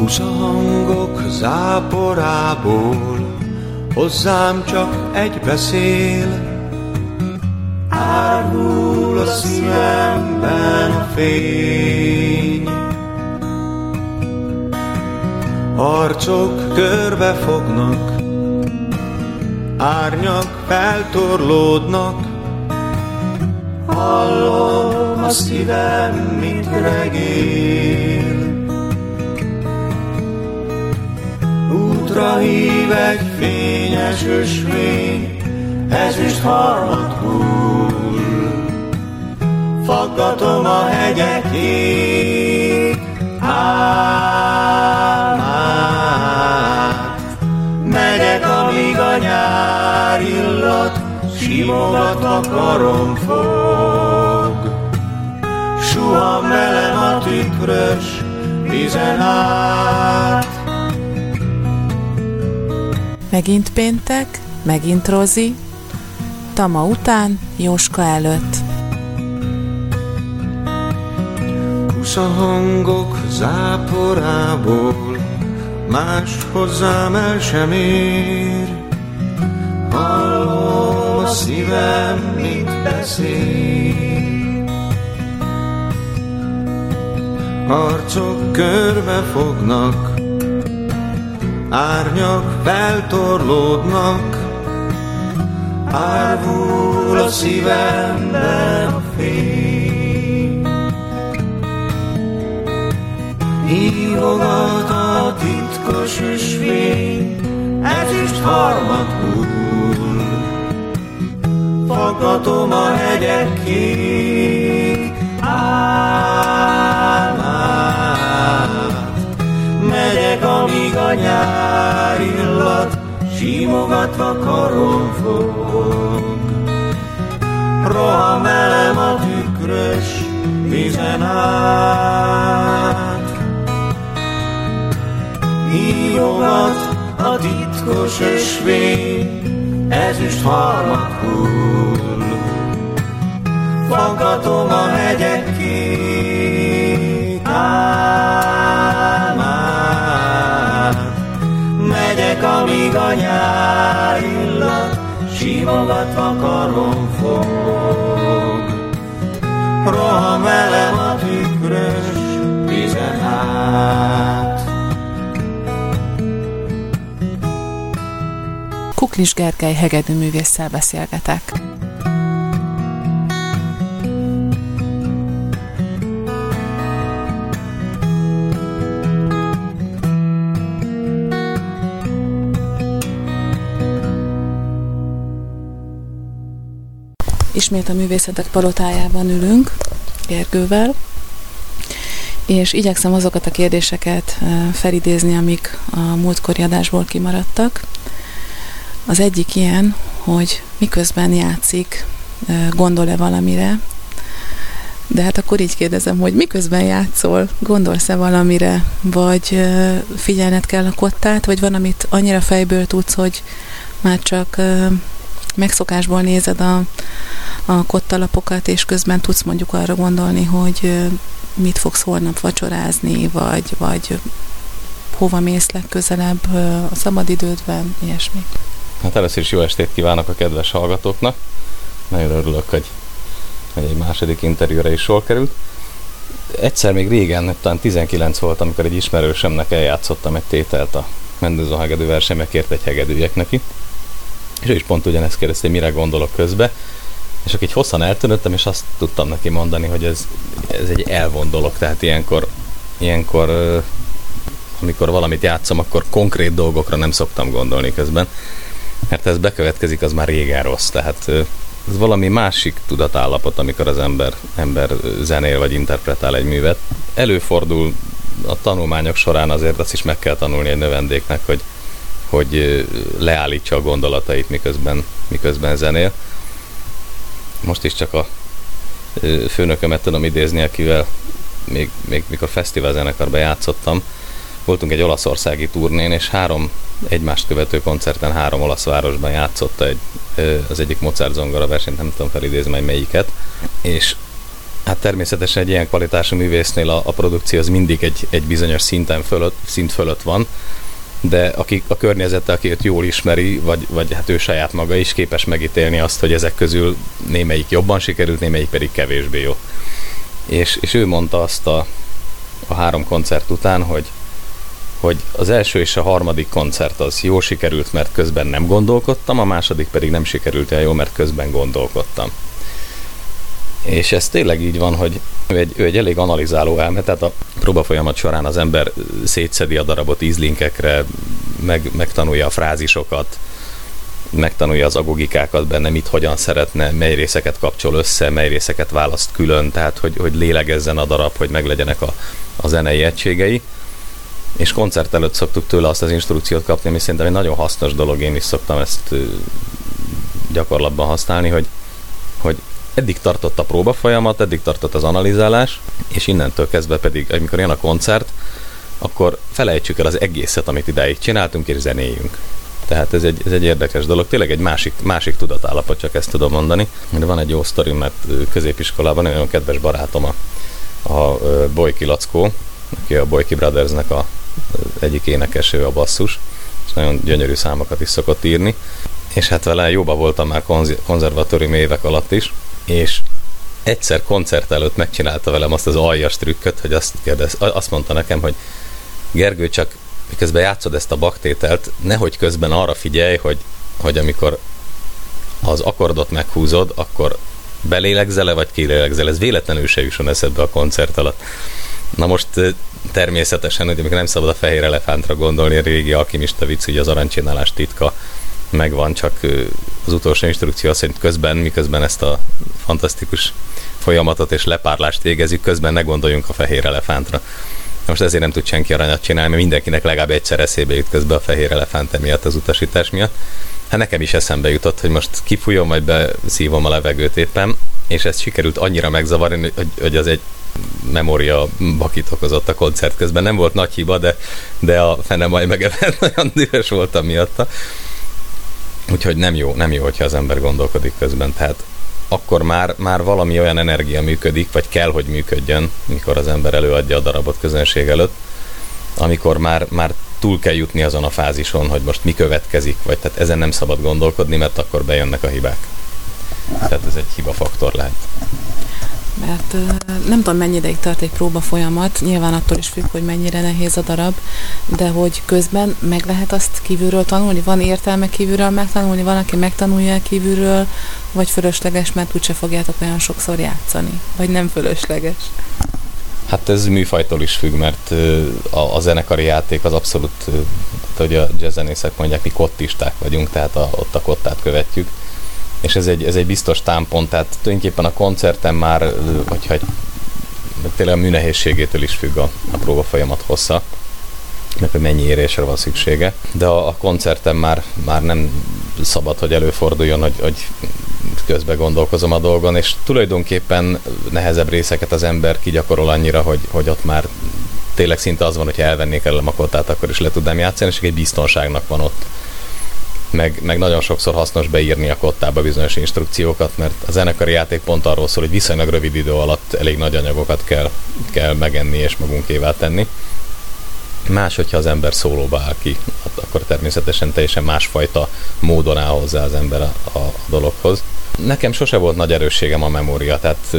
Hangok záporából hozzám csak egy beszél, árul a szívemben a fény. Arcok körbefognak, árnyak feltorlódnak, hallom a szívem, mint regél. Útra hív egy fényes ösvény, ezüst harmat hull. Faggatom a hegyekig álmát. Megyek, amíg a nyár illat simogatva karom fog. Suhan velem a tükrös vizen át. Megint péntek, megint Rozi, Tama után, Jóska előtt. Hangok záporából más hozzám el sem ér. Hallom a szívem, mit beszél. Arcok körbefognak, árnyak feltorlódnak, árvul a szívemben a fény. Hívogat a titkos ösvény, ezüst harmat hull. Faggatom a hegyekig álmát. Megyek, amíg a nyár illat simogatva karom fog. Rohan velem a tükrös vizen át. Hívogat a titkos ösvény, ezüst harmat hull. Faggatom a hegyekig álmát. Megyek, amíg a nyár illat simogatva karom fog. Rohan velem a tükrös vizen át. Kuklis Gergely hegedűművésszel beszélgetek. Ismét a Művészetek Palotájában ülünk Gergővel, és igyekszem azokat a kérdéseket felidézni, amik a múltkori adásból kimaradtak. Az egyik ilyen, hogy miközben játszik, gondol-e valamire, de hát akkor így kérdezem, hogy miközben játszol, gondolsz-e valamire, vagy figyelned kell a kottát, vagy van, amit annyira fejből tudsz, hogy már csak megszokásból nézed a kottalapokat, és közben tudsz mondjuk arra gondolni, hogy mit fogsz holnap vacsorázni, vagy hova mész legközelebb a szabadidődben, ilyesmi. Hát először is jó estét kívánok a kedves hallgatóknak. Nagyon örülök, hogy egy második interjúra is sor került. Egyszer még régen, talán 19 volt, amikor egy ismerősömnek eljátszottam egy tételt a Mendelssohn hegedű versenybe, kért egy hegedűjek neki. És ő is pont ugyanezt kérdezte, hogy mire gondolok közbe. És akkor így hosszan eltűnöttem, és azt tudtam neki mondani, hogy ez egy elvont dolog. Tehát ilyenkor amikor valamit játszom, akkor konkrét dolgokra nem szoktam gondolni közben. Mert ez bekövetkezik, az már régen rossz. Tehát ez valami másik tudatállapot, amikor az ember zenél vagy interpretál egy művet. Előfordul a tanulmányok során, azért azt is meg kell tanulni egy növendéknek, hogy leállítsa a gondolatait, miközben zenél. Most is csak a főnökömet tudom idézni, akivel még mikor fesztiválzenekarban játszottam. Voltunk egy olaszországi turnén, és 3 egymást követő koncerten 3 olasz városban játszotta az egyik Mozart zongora versenyt, nem tudom felidézni majd melyiket. És Hát természetesen egy ilyen kvalitású művésznél a produkció az mindig egy bizonyos szint fölött van, de a környezete, aki őt jól ismeri, vagy hát ő saját maga is képes megítélni azt, hogy ezek közül némelyik jobban sikerült, némelyik pedig kevésbé jó. És ő mondta azt a 3 koncert után, hogy az első és a harmadik koncert az jól sikerült, mert közben nem gondolkodtam, a második pedig nem sikerült olyan jó, mert közben gondolkodtam. És ez tényleg így van, hogy ő egy elég analizáló elme, tehát a próbafolyamat során az ember szétszedi a darabot ízlinkekre, megtanulja a frázisokat, megtanulja az agogikákat benne, mit hogyan szeretne, mely részeket kapcsol össze, mely részeket választ külön, tehát hogy lélegezzen a darab, hogy meglegyenek a zenei egységei. És koncert előtt szoktuk tőle azt az instrukciót kapni, ami szerintem egy nagyon hasznos dolog, én is szoktam ezt gyakorlatban használni, hogy eddig tartott a próbafolyamat, eddig tartott az analizálás, és innentől kezdve pedig, amikor jön a koncert, akkor felejtsük el az egészet, amit idáig csináltunk, és zenéljünk. Tehát ez egy érdekes dolog, tényleg egy másik tudatállapot, csak ezt tudom mondani. De van egy jó sztorim, mert középiskolában egy nagyon kedves barátom a Bojki Lackó, aki a Bojki Brothersnek az egyik énekeső, a basszus, és nagyon gyönyörű számokat is szokott írni. És hát vele jóba voltam már konzervatóriumi évek alatt is, és egyszer koncert előtt megcsinálta velem azt az aljas trükköt, hogy azt mondta nekem, hogy Gergő, csak miközben játszod ezt a baktételt, nehogy közben arra figyelj, hogy amikor az akkordot meghúzod, akkor belélegzel-e, vagy kilélegzel. Ez véletlenül se jusson eszedbe a koncert alatt. Na most természetesen, hogy amikor nem szabad a fehér elefántra gondolni, a régi alkimista vicc, hogy az aranycsinálás titka megvan, csak az utolsó instrukció szerint miközben ezt a fantasztikus folyamatot és lepárlást végezzük, közben ne gondoljunk a fehér elefántra. Most ezért nem tud senki aranyat csinálni, mert mindenkinek legalább egyszer eszébe jut közben a fehér elefánt emiatt, az utasítás miatt. Hát nekem is eszembe jutott, hogy most kifújom, vagy beszívom a levegőt éppen, és ezt sikerült annyira megzavarni, hogy az egy memória bakit okozott a koncert közben. Nem volt nagy hiba, de a fene majd megevent, nagyon dühös voltam miatta. Úgyhogy nem jó, hogyha az ember gondolkodik közben. Tehát akkor már valami olyan energia működik, vagy kell, hogy működjön, mikor az ember előadja a darabot közönség előtt, amikor már túl kell jutni azon a fázison, hogy most mi következik, vagy tehát ezen nem szabad gondolkodni, mert akkor bejönnek a hibák. Tehát ez egy hibafaktor lehet. Mert nem tudom, mennyi ideig tart egy próba folyamat, nyilván attól is függ, hogy mennyire nehéz a darab, de hogy közben meg lehet azt kívülről tanulni, van értelme kívülről megtanulni, van, aki megtanulja kívülről, vagy fölösleges, mert úgyse fogjátok olyan sokszor játszani, vagy nem fölösleges? Hát ez műfajtól is függ, mert a zenekari játék az abszolút, hogy a jazzzenészek mondják, mi kottisták vagyunk, tehát ott a kottát követjük. És ez egy biztos támpont, tehát tulajdonképpen a koncerten már, hogyha tényleg a műnehézségétől is függ a próbafolyamat hossza, meg hogy mennyi érésre van szüksége, de a koncerten már nem szabad, hogy előforduljon, hogy közben gondolkozom a dolgon, és tulajdonképpen nehezebb részeket az ember kigyakorol annyira, hogy ott már tényleg szinte az van, hogyha elvennék el a kottát, akkor is le tudnám játszani, és egy biztonságnak van ott. Meg nagyon sokszor hasznos beírni a kottába bizonyos instrukciókat, mert a zenekari játék pont arról szól, hogy viszonylag rövid idő alatt elég nagy anyagokat kell megenni és magunkévá tenni. Más, hogyha az ember szólóba áll ki, akkor természetesen teljesen másfajta módon áll hozzá az ember a dologhoz. Nekem sose volt nagy erősségem a memória, tehát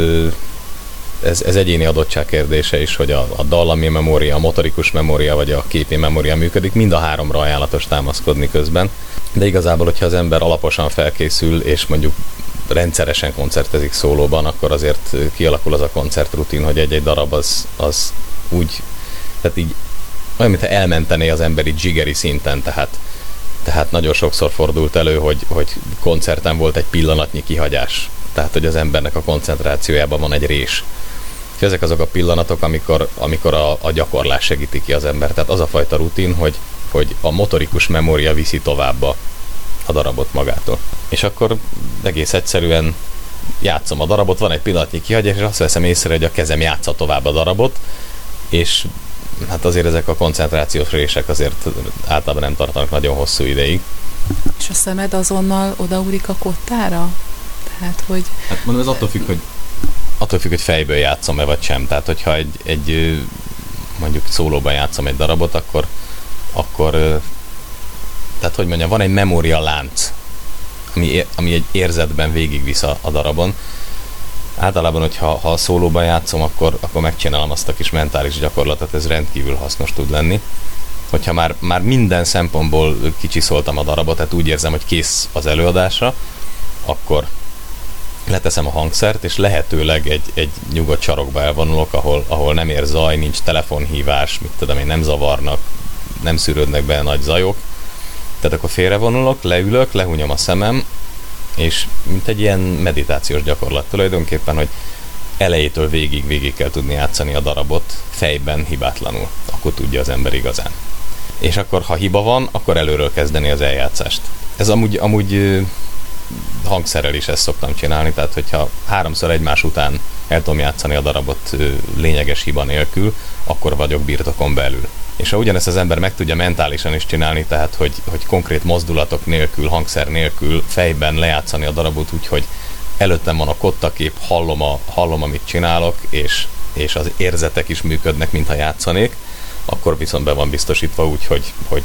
ez egyéni adottság kérdése is, hogy a dallami memória, a motorikus memória vagy a képi memória működik, mind a háromra ajánlatos támaszkodni közben. De igazából, hogyha az ember alaposan felkészül, és mondjuk rendszeresen koncertezik szólóban, akkor azért kialakul az a koncertrutin, hogy egy-egy darab az úgy, tehát így olyan, mintha elmentené az emberi zsigeri szinten, tehát nagyon sokszor fordult elő, hogy koncerten volt egy pillanatnyi kihagyás. Tehát, hogy az embernek a koncentrációjában van egy rés. És ezek azok a pillanatok, amikor a gyakorlás segíti ki az ember. Tehát az a fajta rutin, hogy a motorikus memória viszi tovább a darabot magától. És akkor egész egyszerűen játszom a darabot, van egy pillanatnyi kihagyás, és azt veszem észre, hogy a kezem játsza tovább a darabot, és hát azért ezek a koncentrációs rések azért általában nem tartanak nagyon hosszú ideig. És a szemed azonnal odaúrik a kottára? Tehát, hogy... Hát mondom, ez attól függ, hogy attól függ, hogy fejből játszom-e vagy sem. Tehát, hogyha egy mondjuk szólóban játszom egy darabot, akkor tehát, hogy mondjam, van egy memórialánc, ami egy érzetben végigvisz a darabon. Általában, hogyha a szólóban játszom, akkor megcsinálom azt a kis mentális gyakorlatot, ez rendkívül hasznos tud lenni. Hogyha már minden szempontból kicsiszoltam a darabot, tehát úgy érzem, hogy kész az előadásra, akkor leteszem a hangszert, és lehetőleg egy nyugodt sarokba elvonulok, ahol nem ér zaj, nincs telefonhívás, mit tudom én, nem zavarnak, nem szűrődnek be nagy zajok. Tehát akkor félrevonulok, leülök, lehúnyom a szemem, és mint egy ilyen meditációs gyakorlat tulajdonképpen, hogy elejétől végig kell tudni játszani a darabot fejben hibátlanul. Akkor tudja az ember igazán. És akkor, ha hiba van, akkor előről kezdeni az eljátszást. Ez amúgy hangszerrel is ezt szoktam csinálni, tehát hogyha 3-szor egymás után el tudom játszani a darabot lényeges hiba nélkül, akkor vagyok birtokon belül. És ha ugyanezt az ember meg tudja mentálisan is csinálni, tehát hogy konkrét mozdulatok nélkül, hangszer nélkül fejben lejátszani a darabot úgy, hogy előttem van a kottakép, hallom amit csinálok, és az érzetek is működnek, mintha játszanék, akkor viszont be van biztosítva úgy, hogy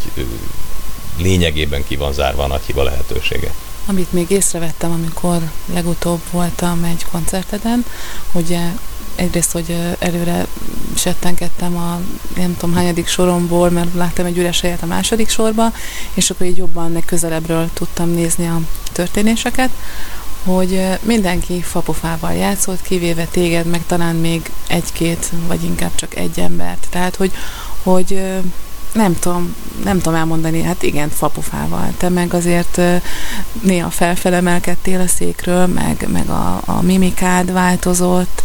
lényegében ki van zárva a nagy hiba lehetősége. Amit még észrevettem, amikor legutóbb voltam egy koncerteden, hogy egyrészt, hogy előre settenkedtem a nem tudom hányadik soromból, mert láttam egy üres helyet a második sorba, és akkor így jobban közelebbről tudtam nézni a történéseket, hogy mindenki fapofával játszott, kivéve téged, meg talán még egy-két, vagy inkább csak egy embert. Tehát, hogy nem tudom elmondani, hát igen, fapofával. Te meg azért néha felfelemelkedtél a székről, meg a mimikád változott,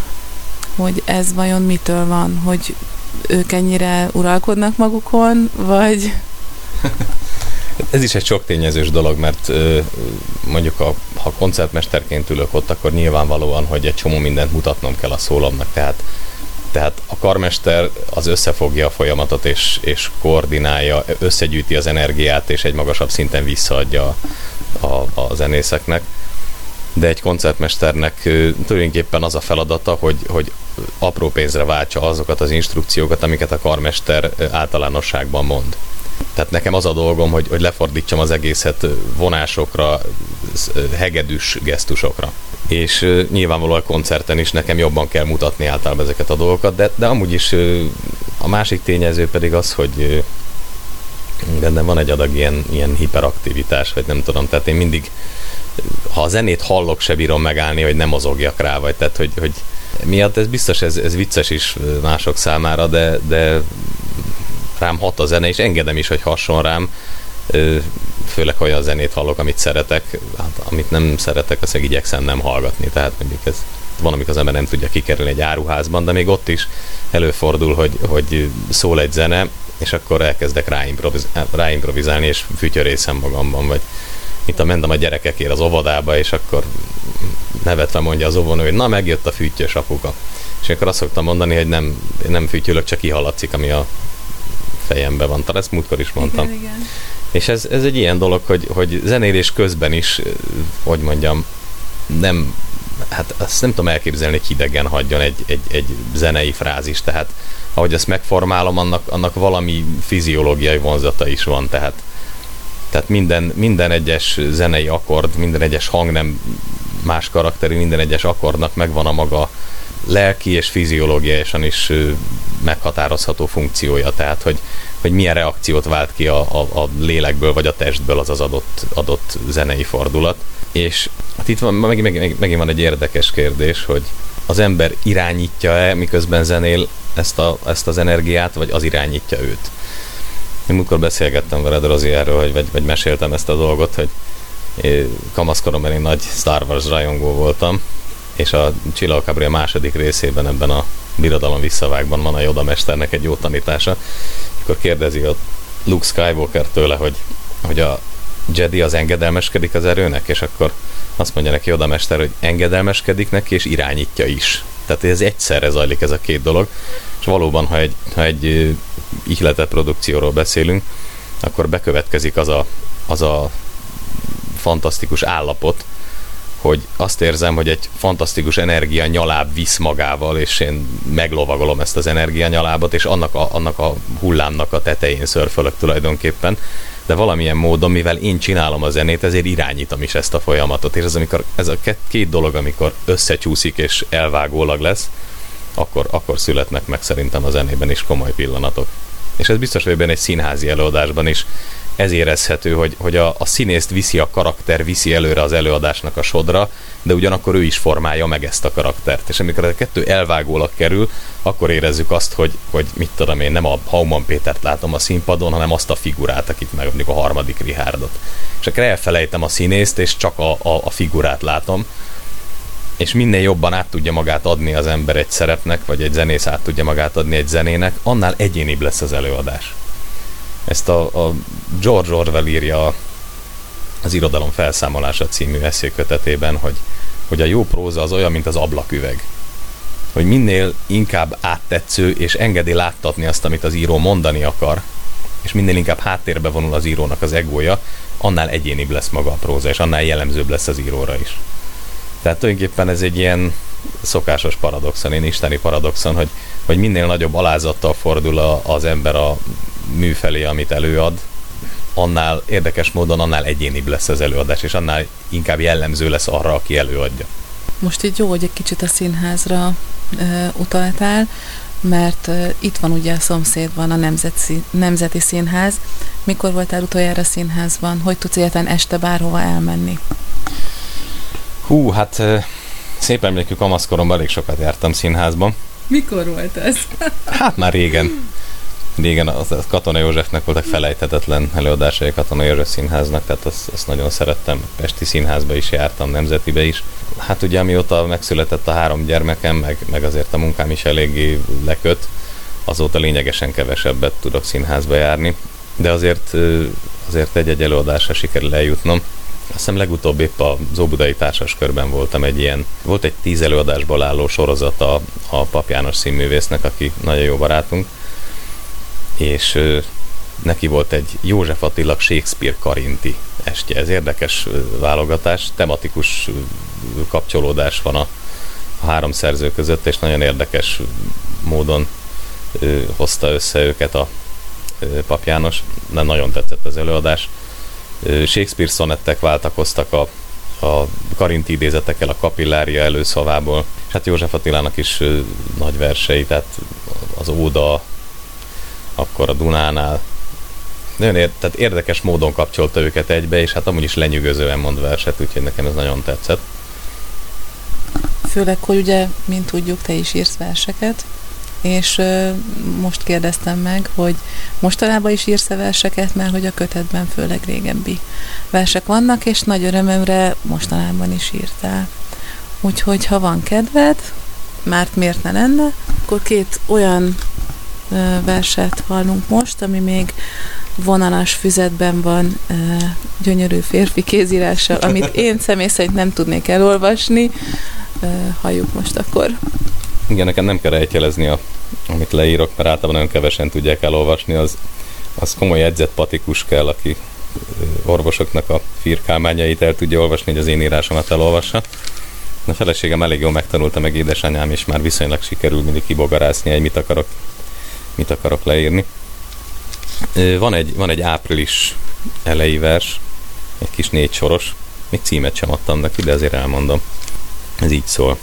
hogy ez vajon mitől van, hogy ők ennyire uralkodnak magukon, vagy... Ez is egy sok tényezős dolog, mert mondjuk ha koncertmesterként ülök ott, akkor nyilvánvalóan, hogy egy csomó mindent mutatnom kell a szólomnak, tehát a karmester az összefogja a folyamatot és koordinálja, összegyűjti az energiát, és egy magasabb szinten visszaadja a zenészeknek. De egy koncertmesternek tulajdonképpen az a feladata, hogy apró pénzre váltsa azokat az instrukciókat, amiket a karmester általánosságban mond. Tehát nekem az a dolgom, hogy lefordítsam az egészet vonásokra, hegedűs gesztusokra. És nyilvánvalóan a koncerten is nekem jobban kell mutatni általában ezeket a dolgokat, de amúgy is a másik tényező pedig az, hogy bennem van egy adag ilyen hiperaktivitás, vagy nem tudom, tehát én mindig, ha a zenét hallok, se bírom megállni, hogy nem mozogjak rá, vagy tehát, hogy miatt ez biztos, ez vicces is mások számára, de rám hat a zene, és engedem is, hogy hasson rám, főleg olyan zenét hallok, amit szeretek, hát, amit nem szeretek, azt meg igyekszem nem hallgatni, tehát mondjuk ez van, amikor az ember nem tudja kikerülni egy áruházban, de még ott is előfordul, hogy szól egy zene, és akkor elkezdek ráimprovizálni, és fütyörészem magamban, vagy mint mentem a gyerekekért az óvodába, és akkor nevetve mondja az óvónő, hogy na, megjött a füttyös apuka. És akkor azt szoktam mondani, hogy nem fütyülök, csak kihaladszik, ami a fejemben van. Talán ezt múltkor is mondtam. Igen. És ez egy ilyen dolog, hogy zenélés közben is, hogy mondjam, hát azt nem tudom elképzelni, hogy hidegen hagyjon egy zenei frázis, tehát ahogy ezt megformálom, annak valami fiziológiai vonzata is van, tehát minden egyes zenei akkord, minden egyes hang nem más karakterű, minden egyes akkordnak megvan a maga lelki és fiziológiaisan is meghatározható funkciója, tehát hogy milyen reakciót vált ki a lélekből vagy a testből az adott zenei fordulat. És hát itt van, megint van egy érdekes kérdés, hogy az ember irányítja-e, miközben zenél ezt az energiát, vagy az irányítja őt. Én múltkor beszélgettem veled, Rozi, erről, vagy meséltem ezt a dolgot, hogy kamaszkoromban én nagy Star Wars rajongó voltam, és a Csillagok háborúja második részében ebben a Birodalom visszavágban van a Yoda mesternek egy jó tanítása, akkor kérdezi a Luke Skywalker tőle, hogy a Jedi az engedelmeskedik az erőnek, és akkor azt mondja neki Yoda mester, hogy engedelmeskedik neki, és irányítja is. Tehát ez egyszerre zajlik ez a két dolog, és valóban, ha egy ihletett produkcióról beszélünk, akkor bekövetkezik az a fantasztikus állapot, hogy azt érzem, hogy egy fantasztikus energianyaláb visz magával, és én meglovagolom ezt az energianyalábot, és annak a hullámnak a tetején szörfölök tulajdonképpen, de valamilyen módon, mivel én csinálom a zenét, ezért irányítom is ezt a folyamatot, és ez a két dolog, amikor összecsúszik és elvágólag lesz, akkor születnek meg szerintem a zenében is komoly pillanatok. És ez biztos, hogy benne egy színházi előadásban is ez érezhető, hogy a színészt viszi a karakter, viszi előre az előadásnak a sodra, de ugyanakkor ő is formálja meg ezt a karaktert. És amikor a kettő elvágólag kerül, akkor érezzük azt, hogy mit tudom én, nem a Hauman Pétert látom a színpadon, hanem azt a figurát, akit meg mondjuk a harmadik Richardot. És akkor elfelejtem a színészt, és csak a figurát látom. És minél jobban át tudja magát adni az ember egy szerepnek, vagy egy zenész át tudja magát adni egy zenének, annál egyénibb lesz az előadás. Ezt a George Orwell írja az Irodalom felszámolása című esszékötetében, hogy a jó próza az olyan, mint az ablaküveg. Hogy minél inkább áttetsző, és engedi láttatni azt, amit az író mondani akar, és minél inkább háttérbe vonul az írónak az egója, annál egyénibb lesz maga a próza, és annál jellemzőbb lesz az íróra is. Tehát tulajdonképpen ez egy ilyen szokásos paradoxon, én isteni paradoxon, hogy minél nagyobb alázattal fordul az ember a mű felé, amit előad, annál érdekes módon annál egyénibb lesz az előadás, és annál inkább jellemző lesz arra, aki előadja. Most így jó, hogy egy kicsit a színházra utaltál, mert itt van ugye a szomszédban a Nemzeti Színház. Mikor voltál utoljára színházban? Hogy tudsz egyáltalán este bárhova elmenni? Hú, hát szép emlékű kamaszkoromban elég sokat jártam színházban. Mikor volt ez? Hát már régen. Régen a Katona Józsefnek voltak felejthetetlen előadásai Katona József Színháznak, tehát azt nagyon szerettem. Pesti Színházba is jártam, Nemzetibe is. Hát ugye amióta megszületett a 3 gyermekem, meg azért a munkám is eléggé leköt, azóta lényegesen kevesebbet tudok színházba járni, de azért egy-egy előadásra sikerül eljutnom. Azt hiszem legutóbb épp az Óbudai Társaskörben voltam volt egy 10 előadásból álló sorozata a Pap János színművésznek, aki nagyon jó barátunk, és neki volt egy József Attila Shakespeare Karinti estje. Ez érdekes válogatás, tematikus kapcsolódás van a 3 szerző között, és nagyon érdekes módon hozta össze őket a Pap János. Nagyon tetszett az előadás. Shakespeare szonettek váltakoztak a Karinti idézetekkel a Kapillária előszavából, és hát József Attilának is nagy versei, tehát az Óda, akkor a Dunánál. Tehát érdekes módon kapcsolta őket egybe, és hát amúgy is lenyűgözően mond verset, úgyhogy nekem ez nagyon tetszett. Főleg, hogy ugye, mint tudjuk, te is írsz verseket, és most kérdeztem meg, hogy mostanában is írsz-e verseket, mert hogy a kötetben főleg régebbi versek vannak, és nagy örömömre mostanában is írtál. Úgyhogy, ha van kedved, mert miért ne lenne, akkor 2 olyan verset hallunk most, ami még vonalas füzetben van, gyönyörű férfi kézírással, amit én személy szerint nem tudnék elolvasni. Halljuk most akkor. Igen, nekem nem kell rejtjelezni, amit leírok, mert általában nagyon kevesen tudják elolvasni, az komoly edzett patikus kell, aki orvosoknak a firkálmányait el tudja olvasni, hogy az én írásomat elolvassa. A feleségem elég jól megtanulta, meg édesanyám is már viszonylag sikerül mindig kibogarászni, hogy mit akarok leírni. Van egy április elejé vers, egy kis 4 soros, még címet sem adtam neki, de azért elmondom. Ez így szól.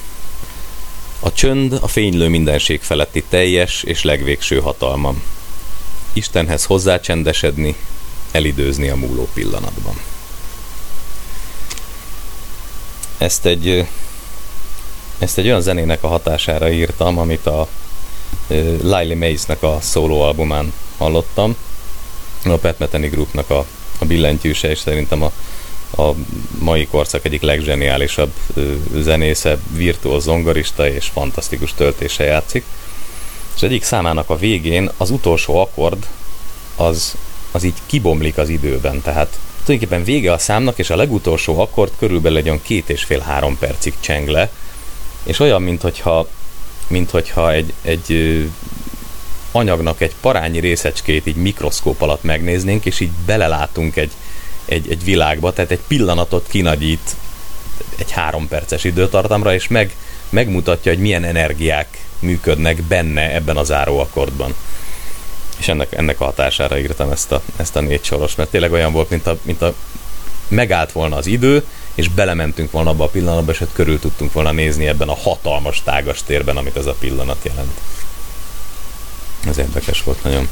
A csönd a fénylő mindenség feletti teljes és legvégső hatalmam. Istenhez hozzácsendesedni, elidőzni a múló pillanatban. Ezt egy olyan zenének a hatására írtam, amit a Lyle Mays-nek a szólóalbumán hallottam. A Pat Metheny Groupnak a billentyűse, és szerintem a mai korszak egyik legzseniálisabb zenésze, virtuóz zongorista és fantasztikus töltése játszik. És egyik számának a végén az utolsó akkord az így kibomlik az időben, tehát tulajdonképpen vége a számnak, és a legutolsó akkord körülbelül egy olyan 2,5-3 percig cseng le, és olyan, minthogyha egy anyagnak egy parányi részecskét így mikroszkóp alatt megnéznénk, és így belelátunk egy világba, tehát egy pillanatot kinagyít egy 3 perces időtartamra, és megmutatja, hogy milyen energiák működnek benne ebben a záróakkordban. És ennek a hatására írtam ezt a 4 soros, mert tényleg olyan volt, mint a megállt volna az idő, és belementünk volna abba a pillanatba, és körül tudtunk volna nézni ebben a hatalmas, tágas térben, amit ez a pillanat jelent. Ez érdekes volt nagyon.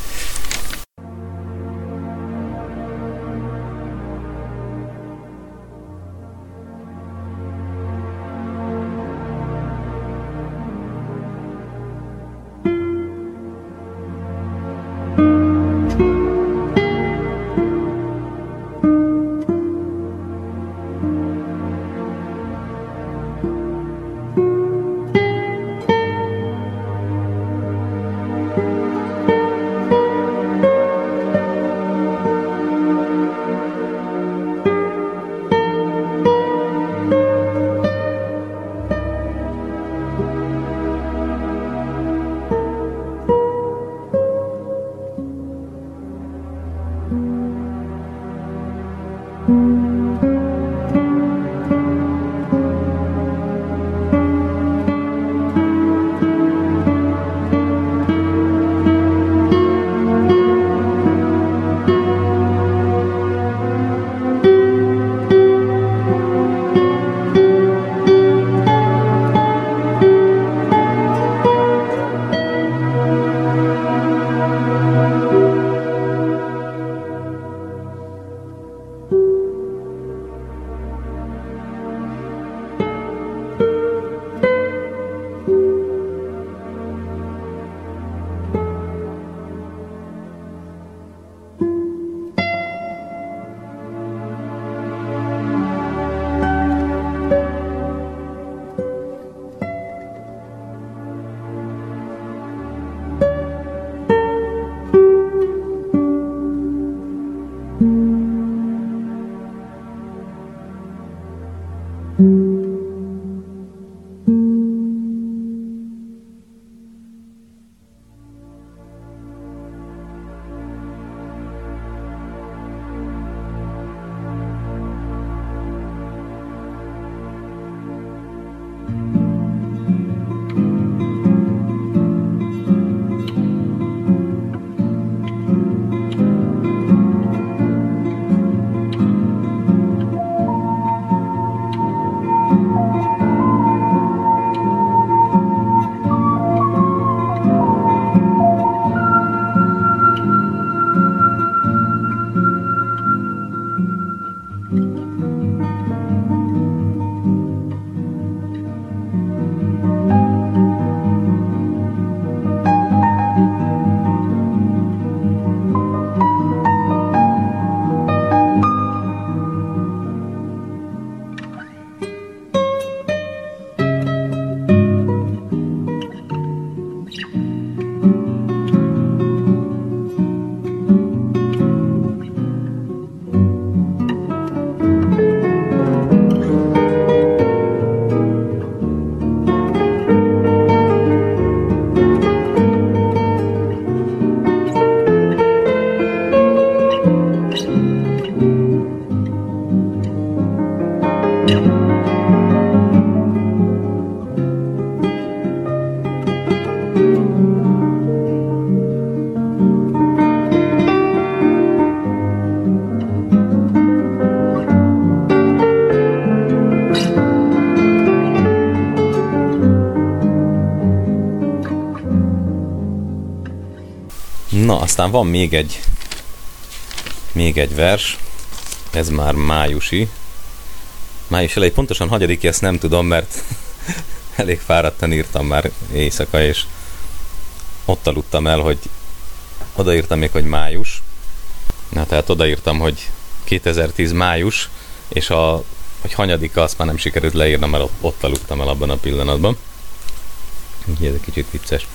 Na, aztán van még egy vers, ez már májusi. Május elejé, pontosan hanyadiki, ezt nem tudom, mert elég fáradtan írtam már éjszaka, és ott aludtam el, hogy odaírtam még, hogy május. Na, tehát odaírtam, hogy 2010 május, és hogy hanyadika, azt már nem sikerült leírnom, mert ott aludtam el abban a pillanatban. Úgyhogy ez egy kicsit vicces.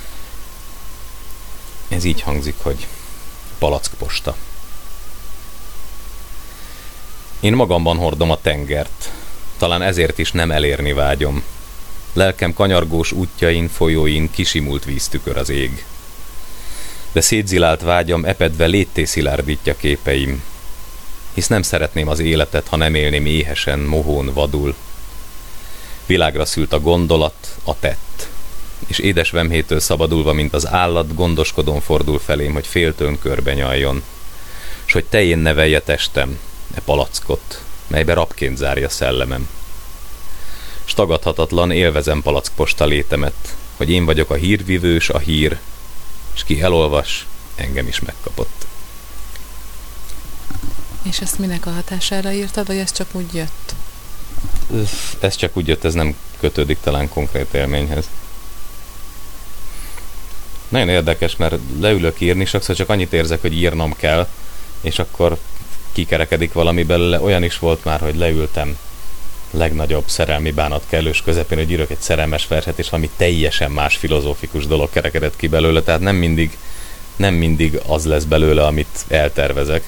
Ez így hangzik, hogy palackposta. Én magamban hordom a tengert, talán ezért is nem elérni vágyom. Lelkem kanyargós útjain, folyóin kisimult víztükör az ég. De szétzilált vágyam epedve létté szilárdítja képeim. hisz nem szeretném az életet, ha nem élném éhesen, mohón, vadul. Világra szült a gondolat, a tett, és édes vemhétől szabadulva, mint az állat, gondoskodón fordul felém, hogy féltőn körbe nyaljon, s hogy tején nevelje testem, e palackot, melybe rabként zárja szellemem. S tagadhatatlan élvezem palackposta létemet, hogy én vagyok a hírvivős, a hír, s ki elolvas, engem is megkapott. És ezt minek a hatására írtad, vagy ez csak úgy jött? Ez csak úgy jött, ez nem kötődik talán konkrét élményhez. Nagyon érdekes, mert leülök írni, sokszor csak annyit érzek, hogy írnom kell, és akkor kikerekedik valami belőle. Olyan is volt már, hogy leültem legnagyobb szerelmi bánat kellős közepén, hogy írok egy szerelmes verset, és valami teljesen más filozófikus dolog kerekedett ki belőle, tehát nem mindig az lesz belőle, amit eltervezek.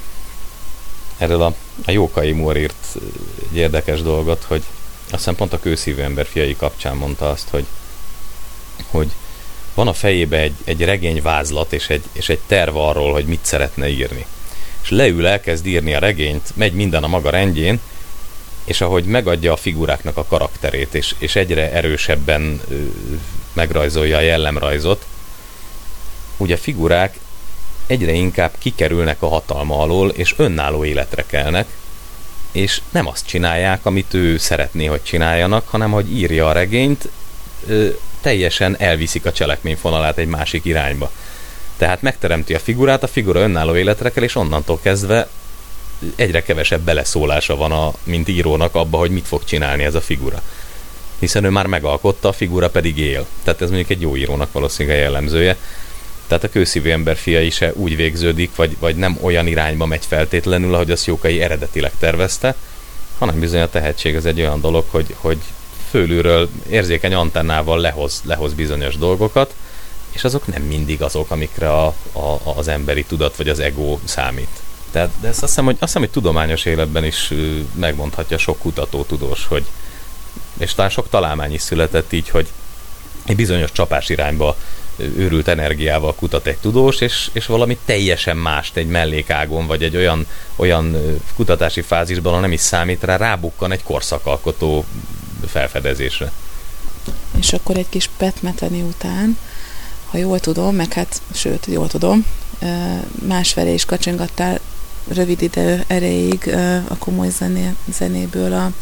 Erről a Jókai Mór írt egy érdekes dolgot, hogy azt hiszem pont a Kőszívű ember fiai kapcsán mondta azt, hogy van a fejébe egy regényvázlat és egy terv arról, hogy mit szeretne írni. És leül, elkezd írni a regényt, megy minden a maga rendjén, és ahogy megadja a figuráknak a karakterét, és egyre erősebben megrajzolja a jellemrajzot, ugye a figurák egyre inkább kikerülnek a hatalma alól, és önálló életre kelnek, és nem azt csinálják, amit ő szeretné, hogy csináljanak, hanem hogy írja a regényt, teljesen elviszik a cselekményfonalát egy másik irányba. Tehát megteremti a figurát, a figura önálló életre kell, és onnantól kezdve egyre kevesebb beleszólása van mint írónak abba, hogy mit fog csinálni ez a figura. Hiszen ő már megalkotta, a figura pedig él. Tehát ez mondjuk egy jó írónak valószínűleg jellemzője. Tehát a Kőszívű ember fiai se úgy végződik, vagy nem olyan irányba megy feltétlenül, ahogy azt Jókai eredetileg tervezte, hanem bizony a tehetség az egy olyan dolog, hogy fölülről érzékeny antennával lehoz bizonyos dolgokat, és azok nem mindig azok, amikre az emberi tudat vagy az ego számít. De ezt azt hiszem, hogy tudományos életben is megmondhatja sok kutató, tudós, hogy, és talán sok találmány is született így, hogy egy bizonyos csapás irányba őrült energiával kutat egy tudós, és valami teljesen mást egy mellékágon, vagy egy olyan kutatási fázisban, ahol nem is számít rá, rábukkan egy korszakalkotó felfedezésre. És akkor egy kis petmeteni után, ha jól tudom, meg hát, sőt, jól tudom, másfelé is kacsingattál rövid idő erejéig a komoly zenéből a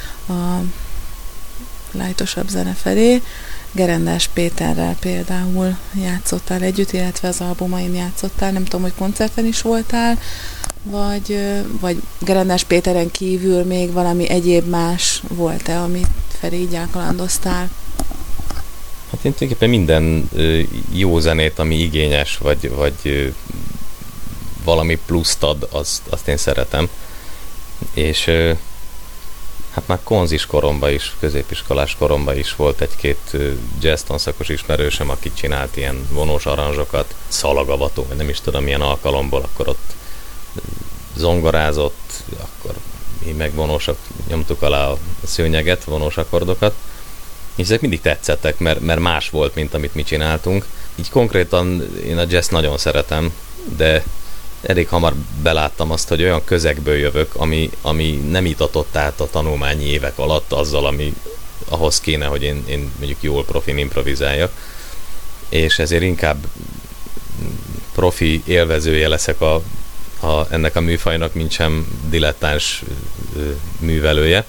lájtosabb zene felé. Gerendás Péterrel például játszottál együtt, illetve az albumain játszottál, nem tudom, hogy koncerten is voltál, vagy Gerendás Péteren kívül még valami egyéb más volt-e, amit felé így elkalandoztál? Hát én tulajdonképpen minden jó zenét, ami igényes, vagy valami pluszt ad, azt én szeretem. És hát már konzis koromban is, középiskolás koromban is volt egy-két jazz tanszakos ismerősöm, aki csinált ilyen vonós aranzsokat, szalagavató, vagy nem is tudom milyen alkalomból, akkor ott zongorázott, akkor mi meg vonósak nyomtuk alá a szőnyeget, vonós akkordokat, és ezek mindig tetszettek, mert más volt, mint amit mi csináltunk. Így konkrétan én a jazz nagyon szeretem, de elég hamar beláttam azt, hogy olyan közegből jövök, ami nem itatott át a tanulmányi évek alatt azzal, ami ahhoz kéne, hogy én mondjuk jól profin improvizáljak, és ezért inkább profi élvezője leszek ennek a műfajnak, mint sem dilettáns művelője.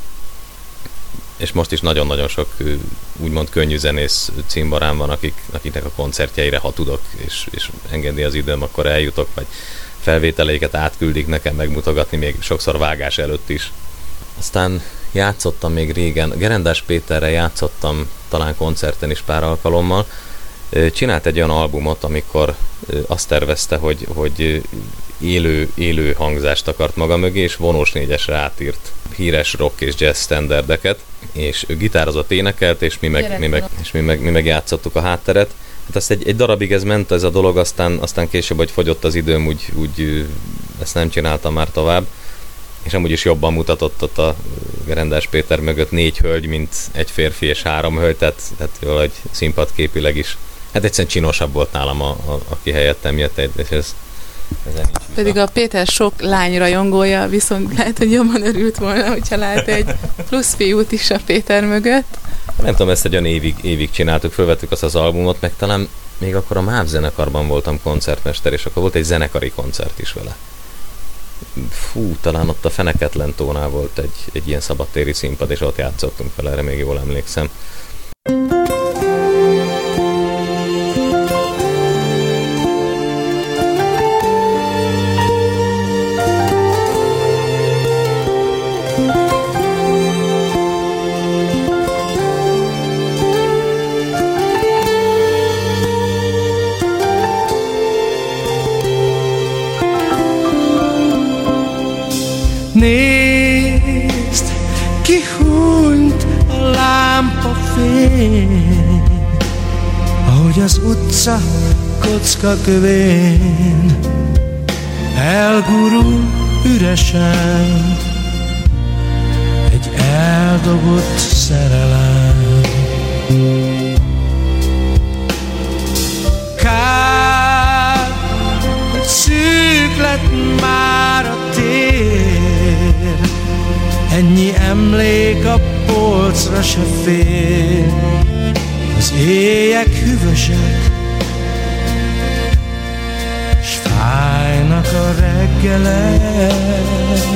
És most is nagyon-nagyon sok úgymond könnyű zenész cimborám van, akiknek a koncertjeire, ha tudok, és engedi az időm, akkor eljutok, vagy felvételeiket átküldik nekem megmutogatni, még sokszor vágás előtt is. Aztán játszottam még régen, Gerendás Péterrel játszottam talán koncerten is pár alkalommal. Csinált egy olyan albumot, amikor azt tervezte, hogy élő hangzást akart maga mögé, és vonós négyesre átírt híres rock és jazz standardeket, és ő gitározott, énekelt, és mi meg játszottuk a hátteret. Hát azt egy darabig ez ment ez a dolog, aztán később, hogy fogyott az időm, úgy ezt nem csináltam már tovább, és amúgy is jobban mutatott ott a Gerendás Péter mögött 4 hölgy, mint egy férfi és 3 hölgy, tehát valahogy színpadképileg is. Hát egyszerűen csinosabb volt nálam, aki helyettem jött, és Ezen nincs vita. Pedig a Péter sok lány rajongója, viszont lehet, hogy jobban örült volna, hogyha lát egy plusz fiút is a Péter mögött. Nem tudom, ezt egy olyan évig csináltuk, fölvettük azt az albumot, meg talán még akkor a MÁV zenekarban voltam koncertmester, és akkor volt egy zenekari koncert is vele. Fú, talán ott a Feneketlen tónál volt egy ilyen szabadtéri színpad, és ott játszottunk vele, erre még jól emlékszem. Nézd, kihúnyt a lámpafény, ahogy az utca kocka kövén elgurul üresen egy eldobott szerelem. Kár, hogy szűk lett már a tér, ennyi emlék a polcra se fér. Az éjek hűvösek, s fájnak a reggelek.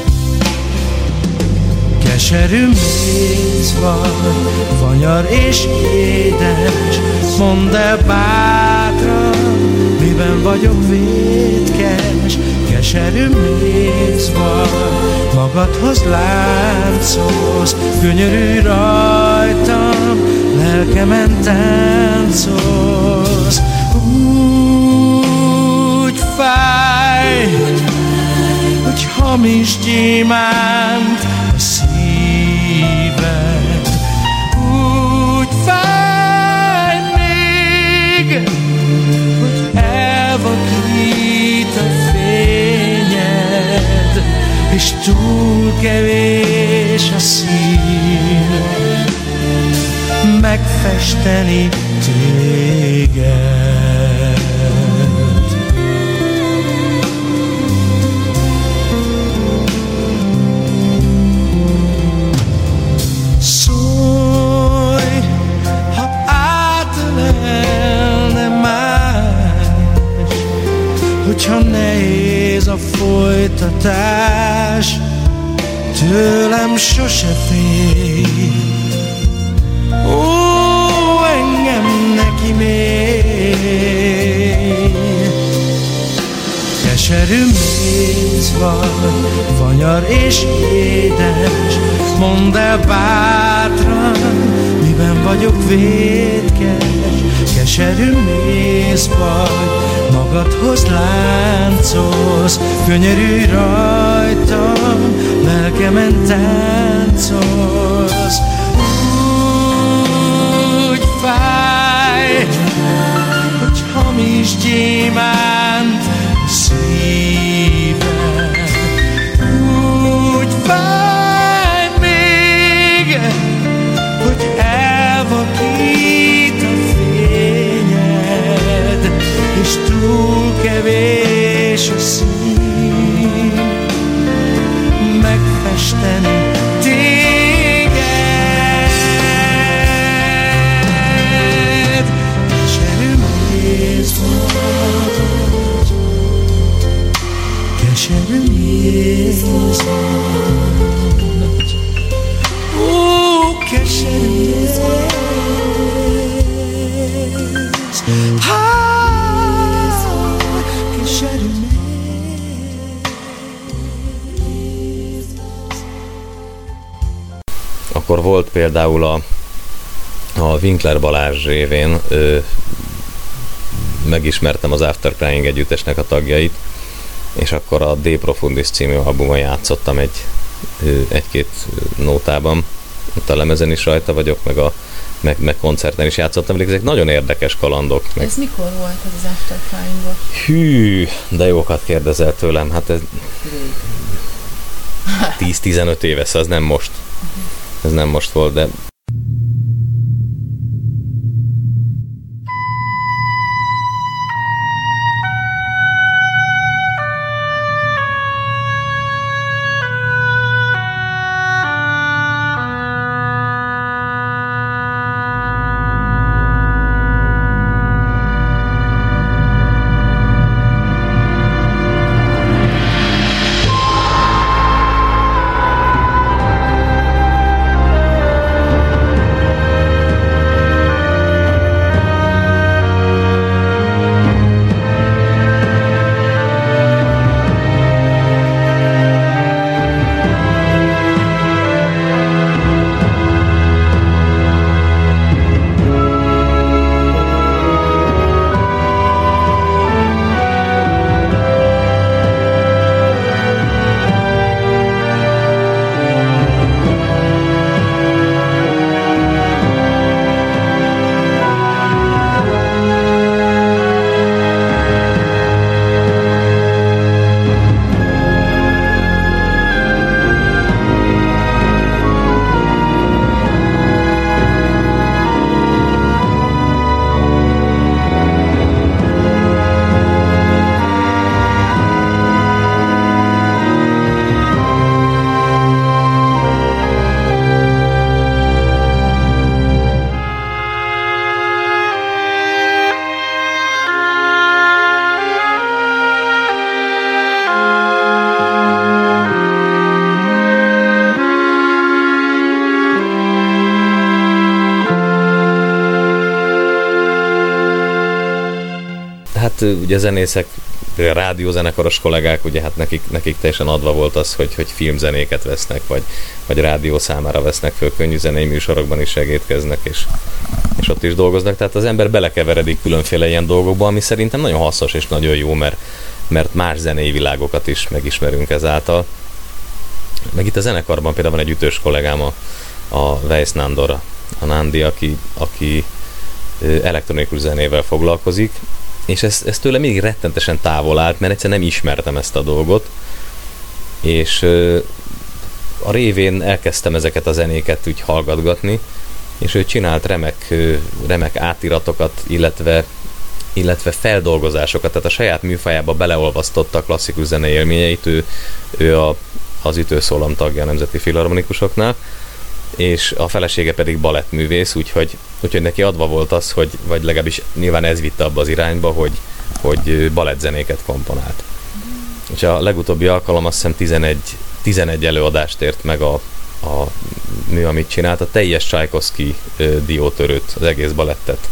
Keserű méz vagy, vanyar és édes, mondd el bátran, miben vagyok vétkes. Keserű méz vagy, magadhoz láncolsz, gyönyörű rajtam, lelkemen táncolsz. Úgy fáj, hogy hamis gyémánt a szíved. Úgy fáj még, hogy elvakít a fényed, és túl kevés a szív megfesteni téged. Szólj, ha átölelne más, hogyha nehéz a folytatás, tőlem sose félj. Ó, engem neki még. Keserű méz vagy, vanyar és édes, mondd el bátran, miben vagyok vétkes. Keserű méz vagy, magadhoz láncolsz, gyönyörű rajtam, lelkemen táncolsz. Úgy fáj, hogy hamis gyémánt szíved. Úgy fáj még, hogy elvakít a fényed, és túl kevés a szín megfesteni téged. Keserű méz vagy, keserű méz vagy, ó, keserű méz vagy. Keserű méz. Akkor volt például a Winkler Balázs révén megismertem az After Crying együttesnek a tagjait, és akkor a De Profundis című albumon játszottam egy-két nótában. Ott a lemezen is rajta vagyok, meg koncerten is játszottam, ezek nagyon érdekes kalandok. Ez mikor volt az After Crying-ból? Hű, de jókat kérdezel tőlem, hát ez 10-15 éves, az nem most. Ez nem most volt, de hát ugye zenészek, rádiózenekaros kollégák, ugye hát nekik teljesen adva volt az, hogy filmzenéket vesznek, vagy rádió számára vesznek föl, könnyű zenei műsorokban is segítkeznek, és ott is dolgoznak. Tehát az ember belekeveredik különféle ilyen dolgokba, ami szerintem nagyon hasznos és nagyon jó, mert más zenei világokat is megismerünk ezáltal. Meg itt a zenekarban például van egy ütős kollégám, a Weiss Nándor, a Nándi, aki elektronikus zenével foglalkozik, és ez tőle mindig rettentesen távol állt, mert egyszer nem ismertem ezt a dolgot, és a révén elkezdtem ezeket a zenéket úgy hallgatgatni, és ő csinált remek átiratokat, illetve feldolgozásokat, tehát a saját műfajába beleolvasztotta a klasszikus zene élményeit, ő az ütőszólam tagja a Nemzeti Filharmonikusoknál, és a felesége pedig balettművész, úgyhogy neki adva volt az, vagy legalábbis nyilván ez vitte abba az irányba, hogy balettzenéket komponált. És a legutóbbi alkalom azt hiszem 11 előadást ért meg a mű, amit csinált, a teljes Csajkovszky diótörőt, az egész balettet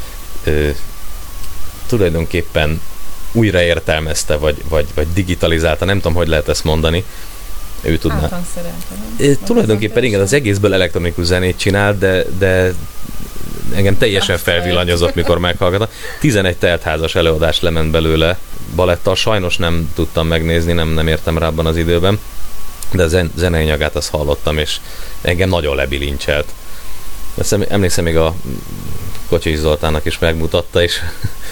tulajdonképpen újraértelmezte, vagy digitalizálta, nem tudom, hogy lehet ezt mondani. Ő tudná. Tulajdonképpen igen, az egészből elektronikus zenét csinál, de engem teljesen felvillanyozott, mikor meghallgattam. 11 teltházas előadás lement belőle balettal, sajnos nem tudtam megnézni, nem értem rá abban az időben, de a zenei nyagát azt hallottam, és engem nagyon lebilincselt. Emlékszem, még a Kocsis Zoltánnak is megmutatta, és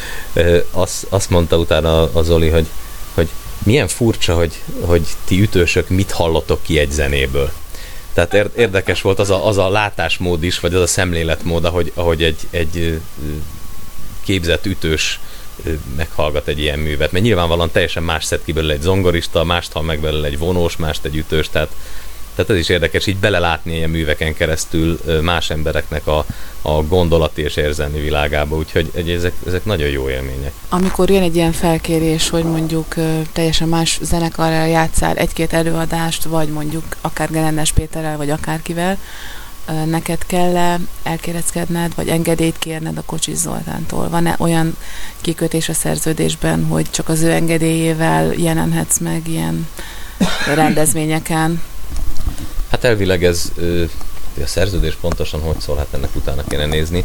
azt mondta utána a Zoli, hogy milyen furcsa, hogy ti ütősök mit hallottok ki egy zenéből. Tehát érdekes volt az a látásmód is, vagy az a szemléletmód, ahogy egy képzett ütős meghallgat egy ilyen művet. Mert nyilvánvalóan teljesen más szed ki belőle egy zongorista, mást hall meg belőle egy vonós, mást egy ütős, tehát ez is érdekes, így belelátni ilyen műveken keresztül más embereknek a gondolati és érzelmi világába, úgyhogy ezek nagyon jó élmények. Amikor jön egy ilyen felkérés, hogy mondjuk teljesen más zenekarral játszál egy-két előadást, vagy mondjuk akár Gelendes Péterrel, vagy akárkivel, neked kell elkéreckedned, vagy engedélyt kérned a Kocsis Zoltántól? Van-e olyan kikötés a szerződésben, hogy csak az ő engedélyével jelenhetsz meg ilyen rendezvényeken? Hát elvileg ez, a szerződés pontosan hogy szól, hát ennek utána kéne nézni,